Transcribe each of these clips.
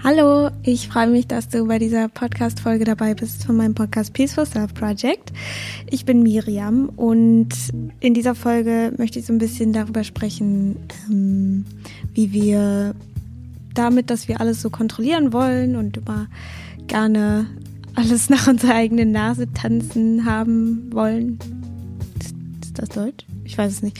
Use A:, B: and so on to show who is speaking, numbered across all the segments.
A: Hallo, ich freue mich, dass du bei dieser Podcast-Folge dabei bist von meinem Podcast Peaceful Self Project. Ich bin Miriam und in dieser Folge möchte ich so ein bisschen darüber sprechen, wie wir damit, dass wir alles so kontrollieren wollen und immer gerne alles nach unserer eigenen Nase tanzen haben wollen. Ist das Deutsch? Ich weiß es nicht.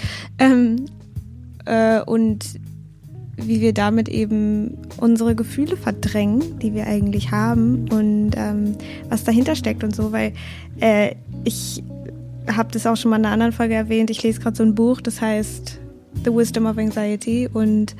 A: Und wie wir damit eben unsere Gefühle verdrängen, die wir eigentlich haben und was dahinter steckt und so, weil ich habe das auch schon mal in einer anderen Folge erwähnt, ich lese gerade so ein Buch, das heißt The Wisdom of Anxiety und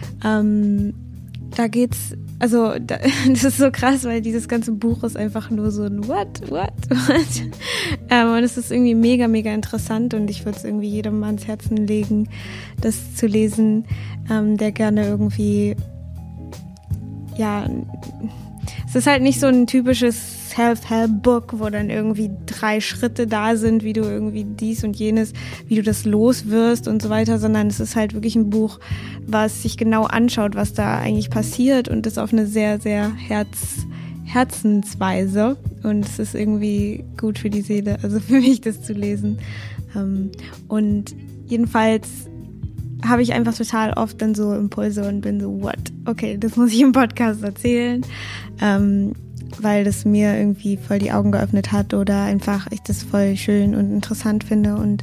A: da geht's, das ist so krass, weil dieses ganze Buch ist einfach nur so ein What? Und es ist irgendwie mega, mega interessant und ich würde es irgendwie jedem mal ans Herzen legen, das zu lesen, der gerne irgendwie, ja, es ist halt nicht so ein typisches Self-Help-Book, wo dann irgendwie 3 Schritte da sind, wie du irgendwie dies und jenes, wie du das los wirst und so weiter, sondern es ist halt wirklich ein Buch, was sich genau anschaut, was da eigentlich passiert und das auf eine sehr, sehr Herzensweise und es ist irgendwie gut für die Seele, also für mich das zu lesen. Und jedenfalls habe ich einfach total oft dann so Impulse und bin so, what? Okay, das muss ich im Podcast erzählen, weil das mir irgendwie voll die Augen geöffnet hat oder einfach ich das voll schön und interessant finde und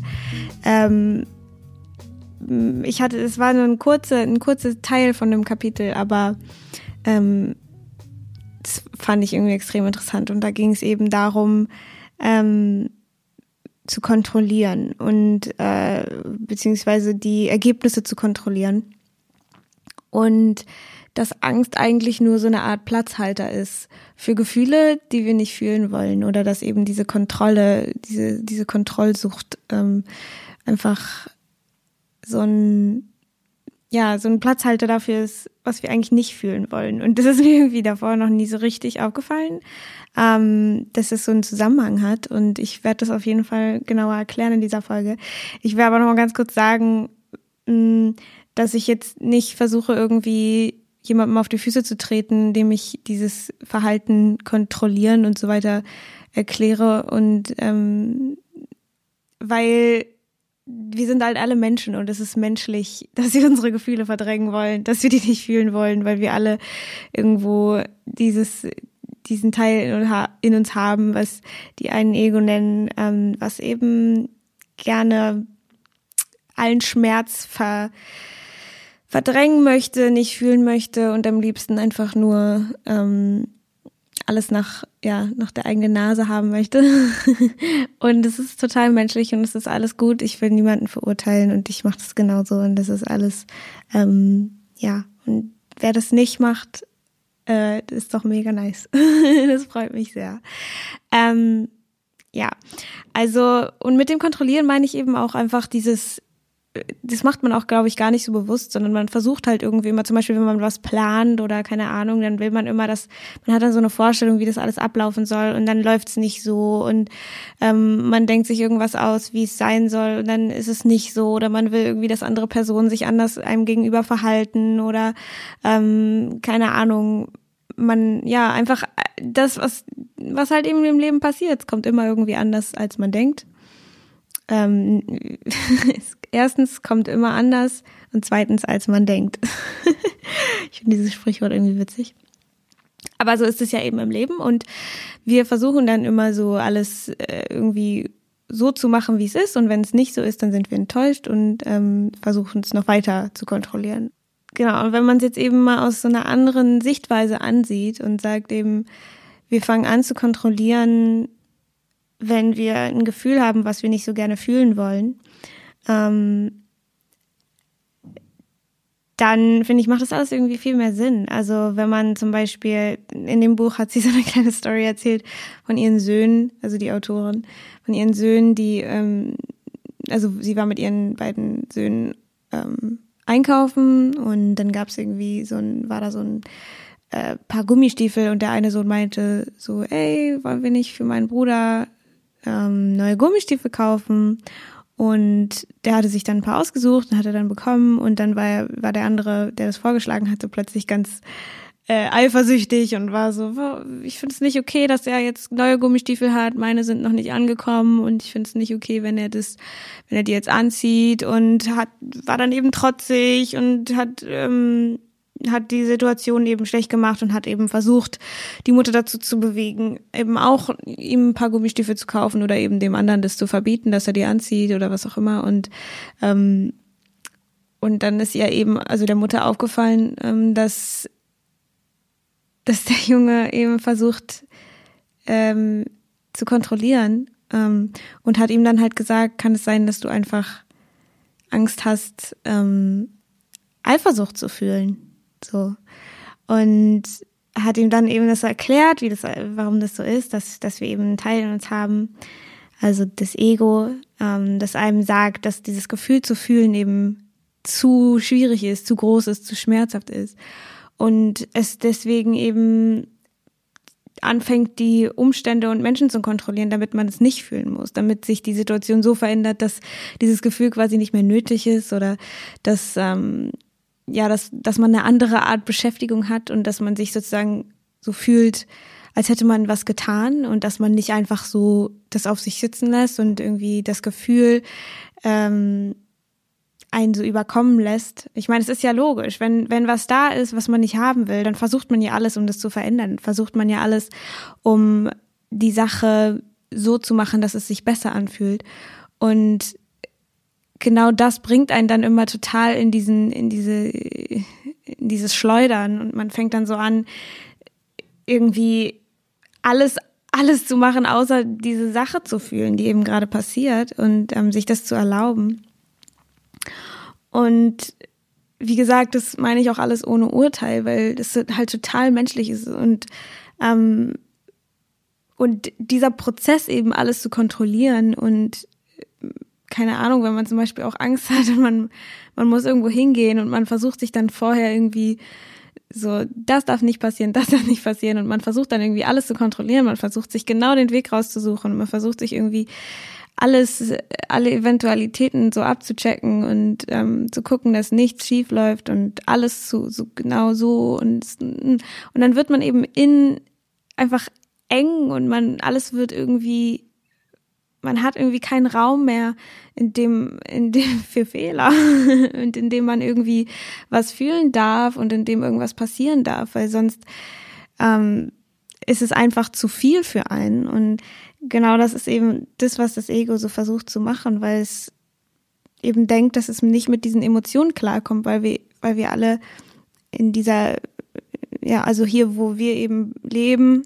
A: es war nur ein kurzer Teil von dem Kapitel, aber das fand ich irgendwie extrem interessant und da ging es eben darum, zu kontrollieren und beziehungsweise die Ergebnisse zu kontrollieren und dass Angst eigentlich nur so eine Art Platzhalter ist für Gefühle, die wir nicht fühlen wollen oder dass eben diese Kontrolle, diese Kontrollsucht einfach so ein Platzhalter dafür ist, was wir eigentlich nicht fühlen wollen. Und das ist mir irgendwie davor noch nie so richtig aufgefallen, dass es so einen Zusammenhang hat. Und ich werde das auf jeden Fall genauer erklären in dieser Folge. Ich will aber noch mal ganz kurz sagen, dass ich jetzt nicht versuche, irgendwie jemandem auf die Füße zu treten, indem ich dieses Verhalten kontrollieren und so weiter erkläre. Und weil wir sind halt alle Menschen und es ist menschlich, dass wir unsere Gefühle verdrängen wollen, dass wir die nicht fühlen wollen, weil wir alle irgendwo diesen Teil in uns haben, was die einen Ego nennen, was eben gerne allen Schmerz verdrängen möchte, nicht fühlen möchte und am liebsten einfach nur alles nach der eigenen Nase haben möchte. Und es ist total menschlich und es ist alles gut. Ich will niemanden verurteilen und ich mache das genauso und das ist alles, und wer das nicht macht, ist doch mega nice. Das freut mich sehr. Und mit dem Kontrollieren meine ich eben auch einfach das macht man auch, glaube ich, gar nicht so bewusst, sondern man versucht halt irgendwie immer, zum Beispiel, wenn man was plant oder keine Ahnung, dann will man immer, man hat dann so eine Vorstellung, wie das alles ablaufen soll und dann läuft's nicht so und man denkt sich irgendwas aus, wie es sein soll und dann ist es nicht so oder man will irgendwie, dass andere Personen sich anders einem gegenüber verhalten oder keine Ahnung, einfach das, was halt eben im Leben passiert, es kommt immer irgendwie anders, als man denkt. Erstens kommt immer anders und zweitens, als man denkt. Ich finde dieses Sprichwort irgendwie witzig. Aber so ist es ja eben im Leben und wir versuchen dann immer so alles irgendwie so zu machen, wie es ist und wenn es nicht so ist, dann sind wir enttäuscht und versuchen es noch weiter zu kontrollieren. Genau, und wenn man es jetzt eben mal aus so einer anderen Sichtweise ansieht und sagt eben, wir fangen an zu kontrollieren, wenn wir ein Gefühl haben, was wir nicht so gerne fühlen wollen, dann finde ich, macht das alles irgendwie viel mehr Sinn. Also wenn man zum Beispiel, in dem Buch hat sie so eine kleine Story erzählt von ihren Söhnen, also die Autorin, von ihren Söhnen, die, sie war mit ihren beiden Söhnen einkaufen und dann gab es irgendwie war da so ein paar Gummistiefel und der eine Sohn meinte so, ey, wollen wir nicht für meinen Bruder neue Gummistiefel kaufen? Und der hatte sich dann ein paar ausgesucht und hat er dann bekommen und dann war der andere, der das vorgeschlagen hatte, plötzlich ganz eifersüchtig und war so, ich finde es nicht okay, dass er jetzt neue Gummistiefel hat, meine sind noch nicht angekommen und ich finde es nicht okay, wenn er die jetzt anzieht und war dann eben trotzig und hat die Situation eben schlecht gemacht und hat eben versucht, die Mutter dazu zu bewegen, eben auch ihm ein paar Gummistiefel zu kaufen oder eben dem anderen das zu verbieten, dass er die anzieht oder was auch immer und dann ist ihr eben, also der Mutter aufgefallen, dass der Junge eben versucht zu kontrollieren und hat ihm dann halt gesagt, kann es sein, dass du einfach Angst hast, Eifersucht zu fühlen, so. Und hat ihm dann eben das erklärt, warum das so ist, dass wir eben einen Teil in uns haben, also das Ego, das einem sagt, dass dieses Gefühl zu fühlen eben zu schwierig ist, zu groß ist, zu schmerzhaft ist. Und es deswegen eben anfängt, die Umstände und Menschen zu kontrollieren, damit man es nicht fühlen muss, damit sich die Situation so verändert, dass dieses Gefühl quasi nicht mehr nötig ist oder dass man eine andere Art Beschäftigung hat und dass man sich sozusagen so fühlt, als hätte man was getan und dass man nicht einfach so das auf sich sitzen lässt und irgendwie das Gefühl einen so überkommen lässt. Ich meine, es ist ja logisch, wenn was da ist, was man nicht haben will, dann versucht man ja alles, um das zu verändern. Versucht man ja alles, um die Sache so zu machen, dass es sich besser anfühlt. Und genau das bringt einen dann immer total in dieses Schleudern und man fängt dann so an, irgendwie alles zu machen, außer diese Sache zu fühlen, die eben gerade passiert und sich das zu erlauben. Und wie gesagt, das meine ich auch alles ohne Urteil, weil das halt total menschlich ist und dieser Prozess eben alles zu kontrollieren und keine Ahnung, wenn man zum Beispiel auch Angst hat und man muss irgendwo hingehen und man versucht sich dann vorher irgendwie so, das darf nicht passieren und man versucht dann irgendwie alles zu kontrollieren, man versucht sich genau den Weg rauszusuchen und man versucht sich irgendwie alle Eventualitäten so abzuchecken und zu gucken, dass nichts schief läuft und alles so genau so und dann wird man eben einfach eng und alles wird irgendwie, man hat irgendwie keinen Raum mehr in dem für Fehler und in dem man irgendwie was fühlen darf und in dem irgendwas passieren darf, weil sonst ist es einfach zu viel für einen und genau das ist eben das, was das Ego so versucht zu machen, weil es eben denkt, dass es nicht mit diesen Emotionen klarkommt, weil wir alle in dieser, also hier, wo wir eben leben,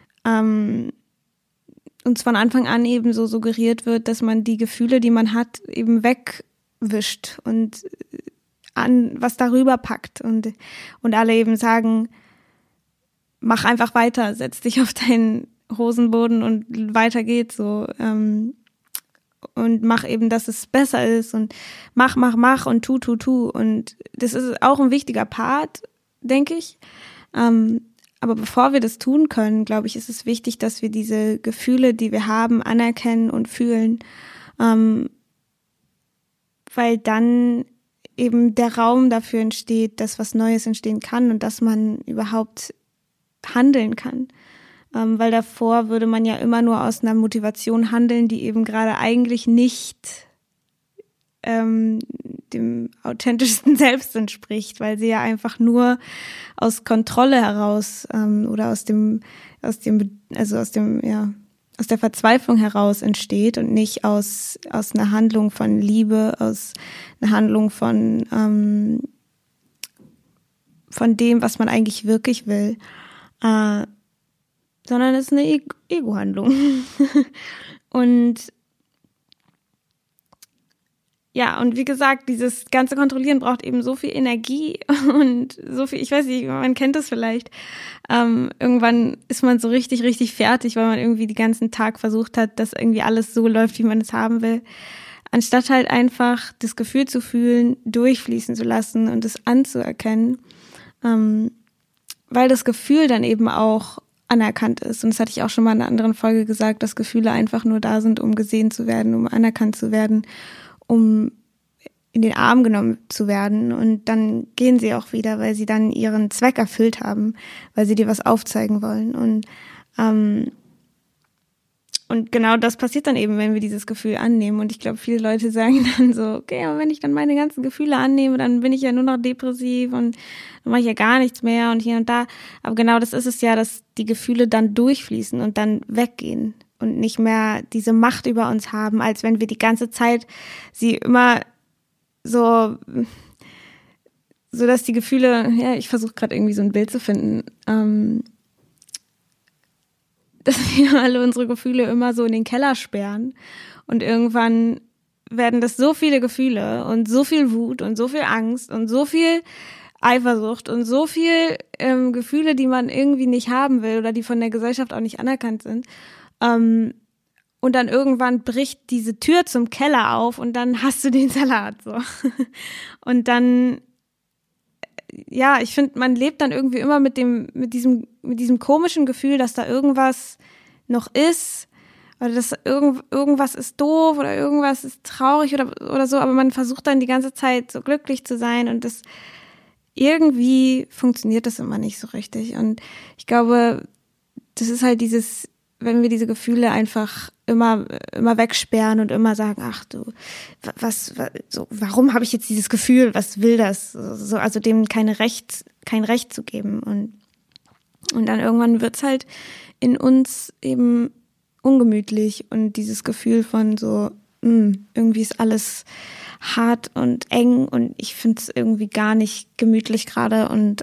A: uns von Anfang an eben so suggeriert wird, dass man die Gefühle, die man hat, eben wegwischt und an was darüber packt und alle eben sagen, mach einfach weiter, setz dich auf deinen Hosenboden und weiter geht's so und mach eben, dass es besser ist und mach und tu und das ist auch ein wichtiger Part, denke ich, aber bevor wir das tun können, glaube ich, ist es wichtig, dass wir diese Gefühle, die wir haben, anerkennen und fühlen, weil dann eben der Raum dafür entsteht, dass was Neues entstehen kann und dass man überhaupt handeln kann. Weil davor würde man ja immer nur aus einer Motivation handeln, die eben gerade eigentlich nicht dem authentischsten Selbst entspricht, weil sie ja einfach nur aus Kontrolle heraus oder aus der Verzweiflung heraus entsteht und nicht aus einer Handlung von Liebe, aus einer Handlung von dem, was man eigentlich wirklich will. Sondern es ist eine Ego-Handlung. Und ja, und wie gesagt, dieses ganze Kontrollieren braucht eben so viel Energie und so viel, ich weiß nicht, man kennt das vielleicht. Irgendwann ist man so richtig, richtig fertig, weil man irgendwie den ganzen Tag versucht hat, dass irgendwie alles so läuft, wie man es haben will. Anstatt halt einfach das Gefühl zu fühlen, durchfließen zu lassen und es anzuerkennen. Weil das Gefühl dann eben auch anerkannt ist. Und das hatte ich auch schon mal in einer anderen Folge gesagt, dass Gefühle einfach nur da sind, um gesehen zu werden, um anerkannt zu werden, um in den Arm genommen zu werden und dann gehen sie auch wieder, weil sie dann ihren Zweck erfüllt haben, weil sie dir was aufzeigen wollen und genau das passiert dann eben, wenn wir dieses Gefühl annehmen. Und ich glaube, viele Leute sagen dann so, okay, aber wenn ich dann meine ganzen Gefühle annehme, dann bin ich ja nur noch depressiv und dann mache ich ja gar nichts mehr und hier und da. Aber genau das ist es ja, dass die Gefühle dann durchfließen und dann weggehen und nicht mehr diese Macht über uns haben, als wenn wir die ganze Zeit sie immer so dass die Gefühle, ja, ich versuche gerade irgendwie so ein Bild zu finden, dass wir alle unsere Gefühle immer so in den Keller sperren und irgendwann werden das so viele Gefühle und so viel Wut und so viel Angst und so viel Eifersucht und so viel Gefühle, die man irgendwie nicht haben will oder die von der Gesellschaft auch nicht anerkannt sind. Und dann irgendwann bricht diese Tür zum Keller auf und dann hast du den Salat so. Und dann ja, ich finde, man lebt dann irgendwie immer mit diesem komischen Gefühl, dass da irgendwas noch ist oder dass irgendwas ist doof oder irgendwas ist traurig oder so, aber man versucht dann die ganze Zeit so glücklich zu sein und das irgendwie funktioniert das immer nicht so richtig. Und ich glaube, das ist halt dieses, wenn wir diese Gefühle einfach immer wegsperren und immer sagen, ach du, warum habe ich jetzt dieses Gefühl, was will das? So, also dem kein Recht zu geben. Und dann irgendwann wird's halt in uns eben ungemütlich und dieses Gefühl von so, irgendwie ist alles hart und eng und ich finde es irgendwie gar nicht gemütlich gerade und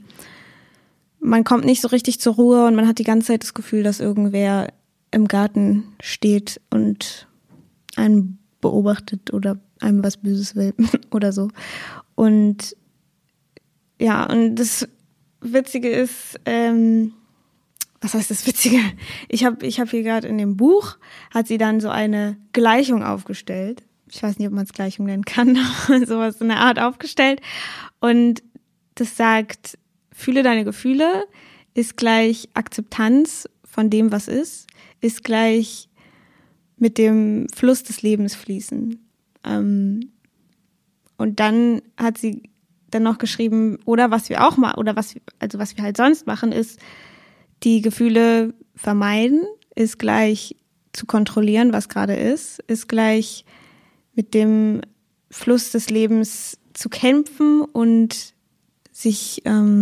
A: man kommt nicht so richtig zur Ruhe und man hat die ganze Zeit das Gefühl, dass irgendwer im Garten steht und einen beobachtet oder einem was Böses will oder so. Und ja, und das Witzige ist, was heißt das Witzige? Ich hab hier gerade in dem Buch, hat sie dann so eine Gleichung aufgestellt. Ich weiß nicht, ob man es Gleichung nennen kann, aber sowas in der Art aufgestellt. Und das sagt, fühle deine Gefühle ist gleich Akzeptanz von dem, was ist gleich mit dem Fluss des Lebens fließen. Und dann hat sie dann noch geschrieben, oder was wir auch mal, oder was wir halt sonst machen, ist die Gefühle vermeiden, ist gleich zu kontrollieren, was gerade ist gleich mit dem Fluss des Lebens zu kämpfen und sich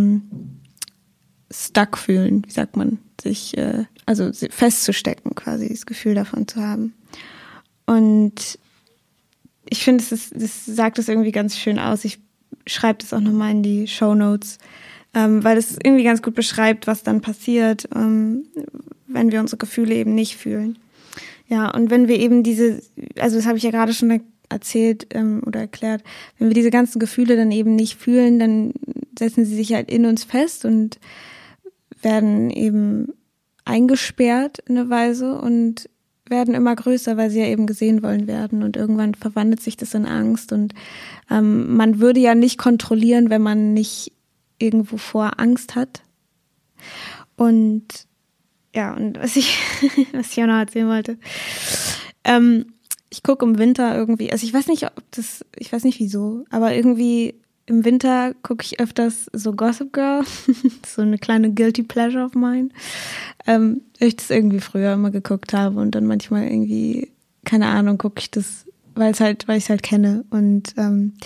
A: stuck fühlen, wie sagt man, sich also festzustecken, quasi das Gefühl davon zu haben. Und ich finde, das sagt es irgendwie ganz schön aus. Ich schreibe das auch nochmal in die Shownotes, weil es irgendwie ganz gut beschreibt, was dann passiert, wenn wir unsere Gefühle eben nicht fühlen. Ja, und wenn wir eben also das habe ich ja gerade schon erzählt oder erklärt, wenn wir diese ganzen Gefühle dann eben nicht fühlen, dann setzen sie sich halt in uns fest und werden eben eingesperrt in einer Weise und werden immer größer, weil sie ja eben gesehen wollen werden und irgendwann verwandelt sich das in Angst und man würde ja nicht kontrollieren, wenn man nicht irgendwo vor Angst hat. Und ja, und was ich auch noch erzählen wollte, ich gucke im Winter irgendwie, also ich weiß nicht wieso, aber irgendwie im Winter gucke ich öfters so Gossip Girl, so eine kleine Guilty Pleasure of mine, weil ich das irgendwie früher immer geguckt habe und dann manchmal irgendwie, keine Ahnung, gucke ich das, weil ich es halt kenne und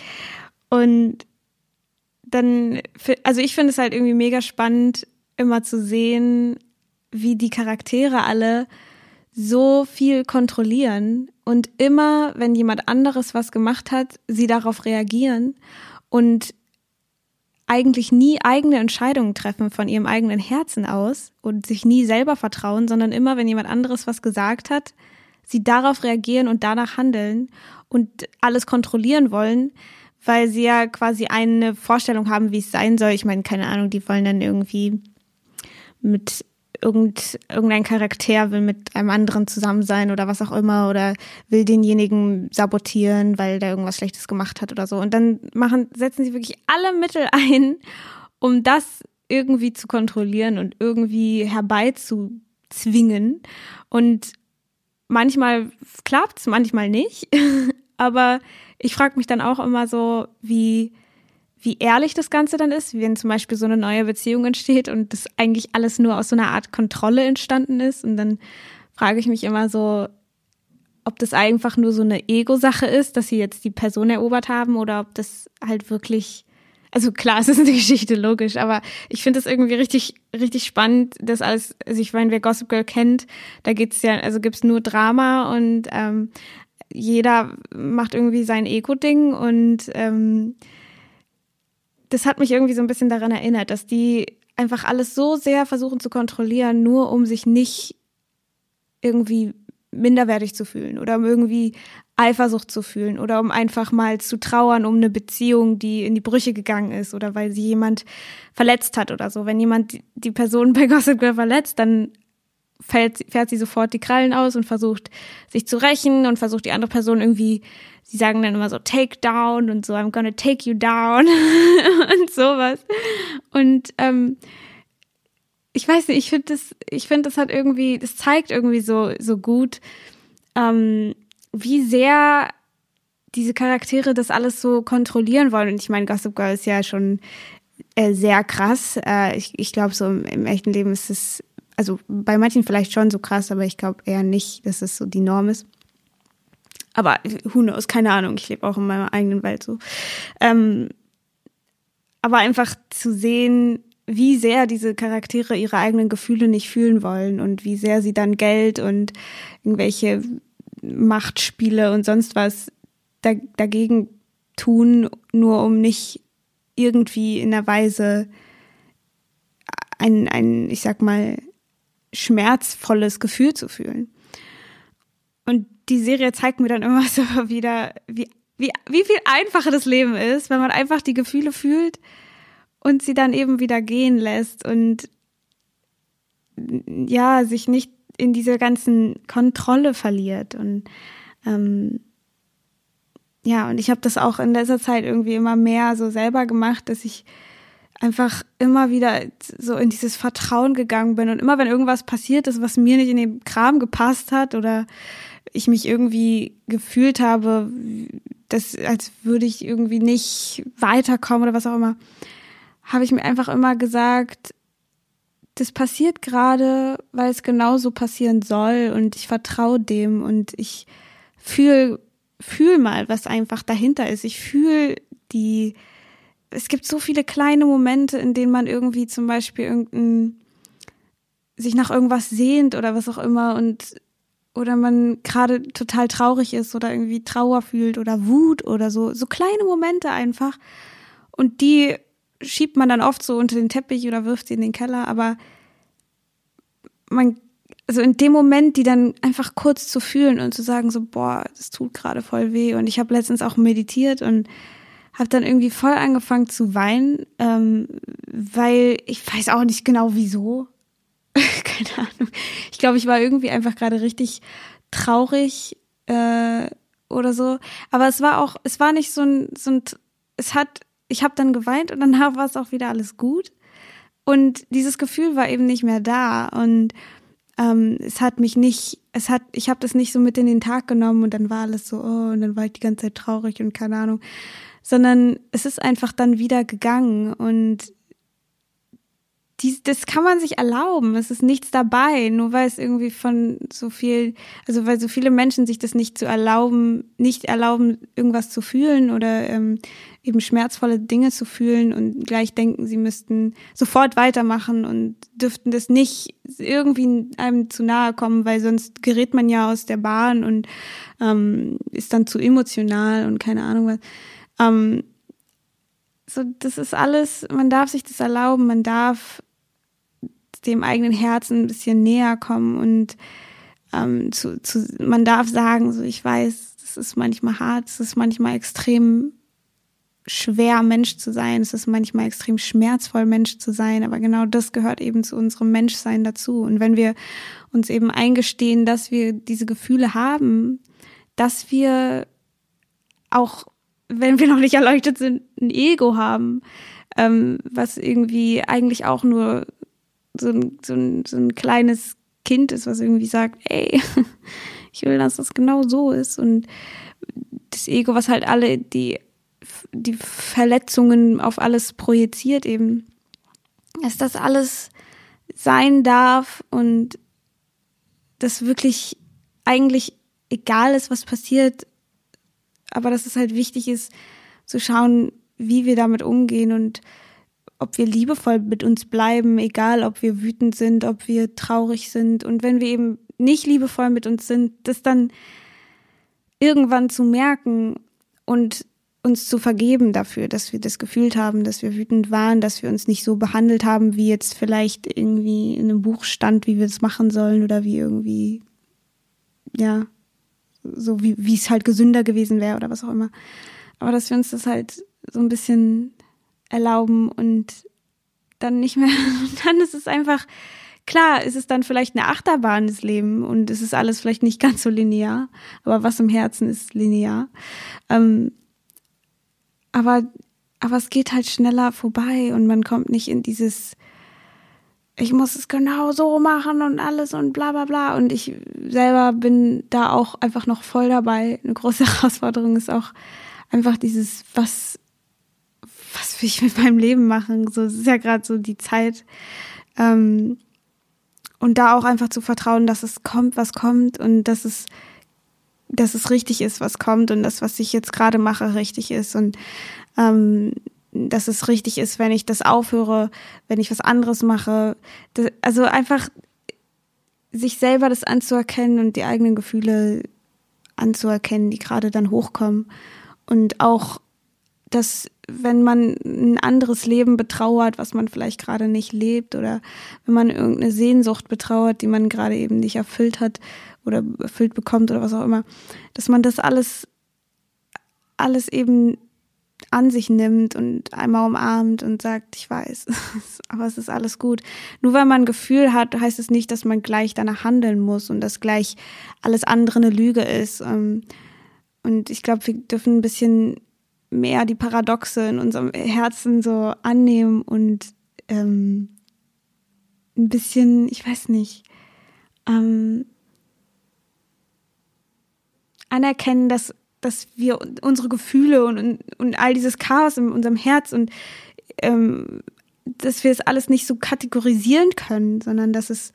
A: dann, also ich finde es halt irgendwie mega spannend, immer zu sehen, wie die Charaktere alle so viel kontrollieren und immer, wenn jemand anderes was gemacht hat, sie darauf reagieren und eigentlich nie eigene Entscheidungen treffen von ihrem eigenen Herzen aus und sich nie selber vertrauen, sondern immer, wenn jemand anderes was gesagt hat, sie darauf reagieren und danach handeln und alles kontrollieren wollen, weil sie ja quasi eine Vorstellung haben, wie es sein soll. Ich meine, keine Ahnung, die wollen dann irgendwie mit irgendein Charakter will mit einem anderen zusammen sein oder was auch immer oder will denjenigen sabotieren, weil der irgendwas Schlechtes gemacht hat oder so. Und dann setzen sie wirklich alle Mittel ein, um das irgendwie zu kontrollieren und irgendwie herbeizuzwingen. Und manchmal klappt's, manchmal nicht. Aber ich frage mich dann auch immer so, wie ehrlich das Ganze dann ist, wenn zum Beispiel so eine neue Beziehung entsteht und das eigentlich alles nur aus so einer Art Kontrolle entstanden ist. Und dann frage ich mich immer so, ob das einfach nur so eine Ego-Sache ist, dass sie jetzt die Person erobert haben oder ob das halt wirklich, also klar, es ist eine Geschichte, logisch, aber ich finde das irgendwie richtig, richtig spannend, das alles, also ich meine, wer Gossip Girl kennt, da gibt's nur Drama und jeder macht irgendwie sein Ego-Ding und das hat mich irgendwie so ein bisschen daran erinnert, dass die einfach alles so sehr versuchen zu kontrollieren, nur um sich nicht irgendwie minderwertig zu fühlen oder um irgendwie Eifersucht zu fühlen oder um einfach mal zu trauern um eine Beziehung, die in die Brüche gegangen ist oder weil sie jemand verletzt hat oder so. Wenn jemand die Person bei Gossip Girl verletzt, dann fährt sie sofort die Krallen aus und versucht sich zu rächen und versucht die andere Person irgendwie, sie sagen dann immer so take down und so I'm gonna take you down und sowas. Und ich weiß nicht, ich finde, das hat irgendwie, das zeigt irgendwie so gut, wie sehr diese Charaktere das alles so kontrollieren wollen. Und ich meine, Gossip Girl ist ja schon sehr krass. Ich glaube, so im echten Leben ist es, also bei manchen vielleicht schon so krass, aber ich glaube eher nicht, dass es so die Norm ist. Aber who knows, keine Ahnung, ich lebe auch in meiner eigenen Welt so. Aber einfach zu sehen, wie sehr diese Charaktere ihre eigenen Gefühle nicht fühlen wollen und wie sehr sie dann Geld und irgendwelche Machtspiele und sonst was dagegen tun, nur um nicht irgendwie in der Weise ein, ich sag mal, schmerzvolles Gefühl zu fühlen. Und die Serie zeigt mir dann immer so wieder, wie viel einfacher das Leben ist, wenn man einfach die Gefühle fühlt und sie dann eben wieder gehen lässt und ja, sich nicht in dieser ganzen Kontrolle verliert. Und ja, und ich habe das auch in letzter Zeit irgendwie immer mehr so selber gemacht, dass ich einfach immer wieder so in dieses Vertrauen gegangen bin. Und immer wenn irgendwas passiert ist, was mir nicht in den Kram gepasst hat oder ich mich irgendwie gefühlt habe, als würde ich irgendwie nicht weiterkommen oder was auch immer, habe ich mir einfach immer gesagt, das passiert gerade, weil es genauso passieren soll und ich vertraue dem und ich fühl mal, was einfach dahinter ist. Ich fühle es gibt so viele kleine Momente, in denen man irgendwie zum Beispiel sich nach irgendwas sehnt oder was auch immer oder man gerade total traurig ist oder irgendwie Trauer fühlt oder Wut oder so kleine Momente einfach und die schiebt man dann oft so unter den Teppich oder wirft sie in den Keller, aber also in dem Moment, die dann einfach kurz zu fühlen und zu sagen so, boah, das tut gerade voll weh und ich habe letztens auch meditiert und habe dann irgendwie voll angefangen zu weinen, weil ich weiß auch nicht genau wieso, keine Ahnung. Ich glaube, ich war irgendwie einfach gerade richtig traurig oder so, aber es war nicht ich habe dann geweint und danach war es auch wieder alles gut. Und dieses Gefühl war eben nicht mehr da. Und ich habe das nicht so mit in den Tag genommen und dann war alles so, oh, und dann war ich die ganze Zeit traurig und keine Ahnung. Sondern es ist einfach dann wieder gegangen und das kann man sich erlauben. Es ist nichts dabei, nur weil es irgendwie weil so viele Menschen sich das nicht erlauben, irgendwas zu fühlen oder eben schmerzvolle Dinge zu fühlen und gleich denken, sie müssten sofort weitermachen und dürften das nicht irgendwie einem zu nahe kommen, weil sonst gerät man ja aus der Bahn und ist dann zu emotional und keine Ahnung was. Das ist alles, man darf sich das erlauben, man darf dem eigenen Herzen ein bisschen näher kommen und man darf sagen, so ich weiß, es ist manchmal hart, es ist manchmal extrem schwer, Mensch zu sein, es ist manchmal extrem schmerzvoll, Mensch zu sein, aber genau das gehört eben zu unserem Menschsein dazu. Und wenn wir uns eben eingestehen, dass wir diese Gefühle haben, dass wir auch, wenn wir noch nicht erleuchtet sind, ein Ego haben, was irgendwie eigentlich auch nur so ein kleines Kind ist, was irgendwie sagt, ey, ich will, dass das genau so ist. Und das Ego, was halt alle die Verletzungen auf alles projiziert eben, dass das alles sein darf und das wirklich eigentlich egal ist, was passiert, aber dass es halt wichtig ist, zu schauen, wie wir damit umgehen und ob wir liebevoll mit uns bleiben, egal ob wir wütend sind, ob wir traurig sind. Und wenn wir eben nicht liebevoll mit uns sind, das dann irgendwann zu merken und uns zu vergeben dafür, dass wir das gefühlt haben, dass wir wütend waren, dass wir uns nicht so behandelt haben, wie jetzt vielleicht irgendwie in einem Buch stand, wie wir es machen sollen oder wie irgendwie, ja, so wie es halt gesünder gewesen wäre oder was auch immer. Aber dass wir uns das halt so ein bisschen erlauben und dann nicht mehr, dann ist es einfach, klar, ist es dann vielleicht eine Achterbahn des Lebens und es ist alles vielleicht nicht ganz so linear, aber was im Herzen ist linear. Aber es geht halt schneller vorbei und man kommt nicht in dieses, ich muss es genau so machen und alles und bla bla bla. Und ich selber bin da auch einfach noch voll dabei. Eine große Herausforderung ist auch einfach dieses, was will ich mit meinem Leben machen? So, es ist ja gerade so die Zeit. Und da auch einfach zu vertrauen, dass es kommt, was kommt und dass es richtig ist, was kommt und das, was ich jetzt gerade mache, richtig ist und dass es richtig ist, wenn ich das aufhöre, wenn ich was anderes mache. Also einfach sich selber das anzuerkennen und die eigenen Gefühle anzuerkennen, die gerade dann hochkommen. Und auch, dass wenn man ein anderes Leben betrauert, was man vielleicht gerade nicht lebt oder wenn man irgendeine Sehnsucht betrauert, die man gerade eben nicht erfüllt hat oder erfüllt bekommt oder was auch immer, dass man das alles eben an sich nimmt und einmal umarmt und sagt, ich weiß, aber es ist alles gut. Nur weil man ein Gefühl hat, heißt es nicht, dass man gleich danach handeln muss und dass gleich alles andere eine Lüge ist. Und ich glaube, wir dürfen ein bisschen mehr die Paradoxe in unserem Herzen so annehmen und ein bisschen, ich weiß nicht, anerkennen, dass wir unsere Gefühle und all dieses Chaos in unserem Herz und dass wir es alles nicht so kategorisieren können, sondern dass es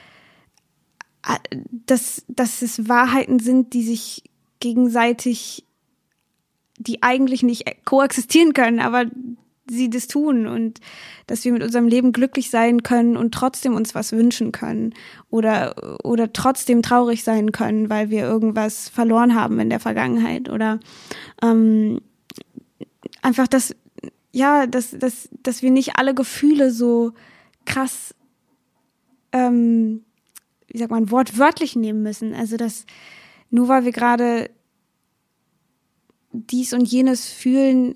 A: Wahrheiten sind, die sich gegenseitig, die eigentlich nicht koexistieren können, aber sie das tun und dass wir mit unserem Leben glücklich sein können und trotzdem uns was wünschen können oder trotzdem traurig sein können, weil wir irgendwas verloren haben in der Vergangenheit oder einfach, dass wir nicht alle Gefühle so krass, wie sagt man, wortwörtlich nehmen müssen. Also dass nur weil wir gerade dies und jenes fühlen,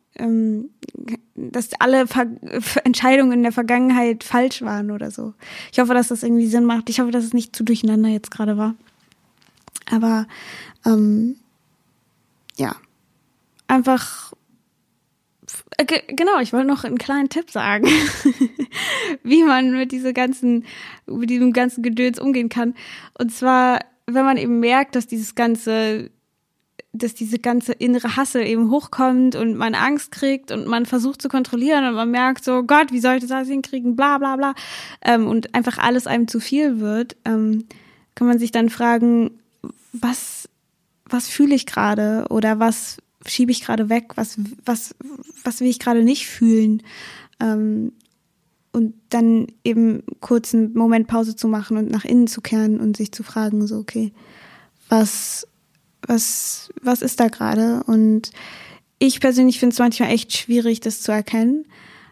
A: dass alle Entscheidungen in der Vergangenheit falsch waren oder so. Ich hoffe, dass das irgendwie Sinn macht. Ich hoffe, dass es nicht zu durcheinander jetzt gerade war. Aber ja, einfach genau, ich wollte noch einen kleinen Tipp sagen, wie man mit diesem ganzen Gedöns umgehen kann. Und zwar, wenn man eben merkt, dass diese ganze innere Hassel eben hochkommt und man Angst kriegt und man versucht zu kontrollieren und man merkt so, Gott, wie soll ich das alles hinkriegen, bla bla bla, und einfach alles einem zu viel wird, kann man sich dann fragen, was fühle ich gerade oder was schiebe ich gerade weg, was will ich gerade nicht fühlen, und dann eben kurz einen Moment Pause zu machen und nach innen zu kehren und sich zu fragen, so, okay, was ist da gerade? Und ich persönlich finde es manchmal echt schwierig, das zu erkennen,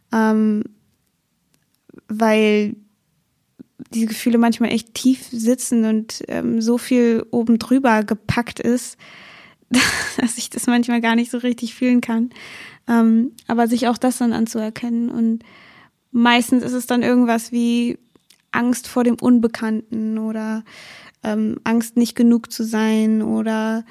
A: weil diese Gefühle manchmal echt tief sitzen und so viel oben drüber gepackt ist, dass ich das manchmal gar nicht so richtig fühlen kann. Aber sich auch das dann anzuerkennen. Und meistens ist es dann irgendwas wie Angst vor dem Unbekannten oder Angst, nicht genug zu sein oder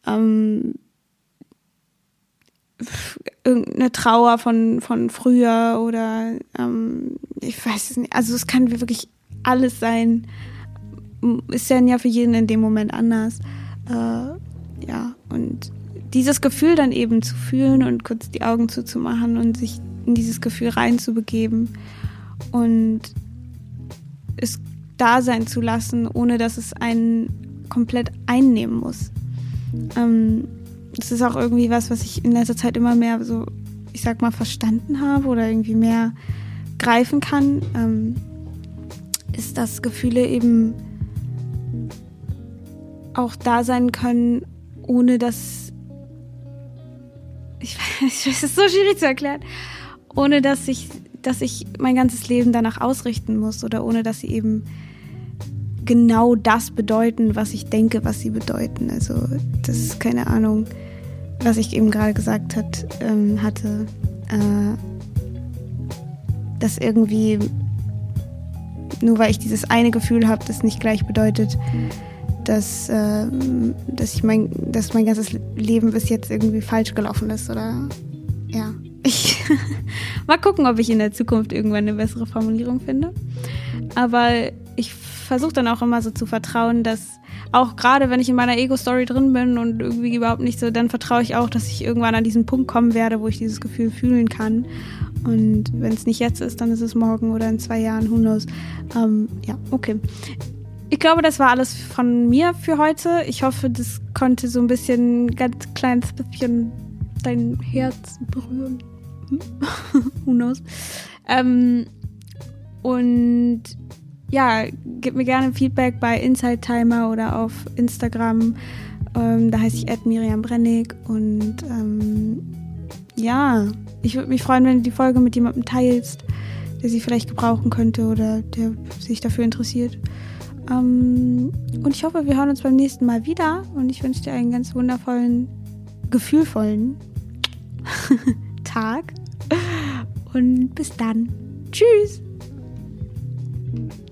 A: irgendeine Trauer von früher oder ich weiß es nicht. Also es kann wirklich alles sein. Ist ja für jeden in dem Moment anders. Ja, und dieses Gefühl dann eben zu fühlen und kurz die Augen zuzumachen und sich in dieses Gefühl reinzubegeben und es da sein zu lassen, ohne dass es einen komplett einnehmen muss. Das ist auch irgendwie was ich in letzter Zeit immer mehr so, ich sag mal, verstanden habe oder irgendwie mehr greifen kann, ist, dass Gefühle eben auch da sein können, ohne dass, ich weiß, es ist so schwierig zu erklären, ohne dass ich mein ganzes Leben danach ausrichten muss oder ohne dass sie eben genau das bedeuten, was ich denke, was sie bedeuten. Also das ist keine Ahnung, was ich eben gerade gesagt hatte, dass irgendwie nur weil ich dieses eine Gefühl habe, das nicht gleich bedeutet, dass mein ganzes Leben bis jetzt irgendwie falsch gelaufen ist oder ja. Mal gucken, ob ich in der Zukunft irgendwann eine bessere Formulierung finde. Aber ich versuche dann auch immer so zu vertrauen, dass auch gerade wenn ich in meiner Ego-Story drin bin und irgendwie überhaupt nicht so, dann vertraue ich auch, dass ich irgendwann an diesen Punkt kommen werde, wo ich dieses Gefühl fühlen kann. Und wenn es nicht jetzt ist, dann ist es morgen oder in 2 Jahren, who knows. Ja, okay. Ich glaube, das war alles von mir für heute. Ich hoffe, das konnte so ein ganz kleines bisschen dein Herz berühren. Who knows. Und ja, gib mir gerne Feedback bei Inside Timer oder auf Instagram. Da heiße ich @Miriam Brennig. Und ja, ich würde mich freuen, wenn du die Folge mit jemandem teilst, der sie vielleicht gebrauchen könnte oder der sich dafür interessiert. Und ich hoffe, wir hören uns beim nächsten Mal wieder. Und ich wünsche dir einen ganz wundervollen, gefühlvollen Tag. Und bis dann. Tschüss.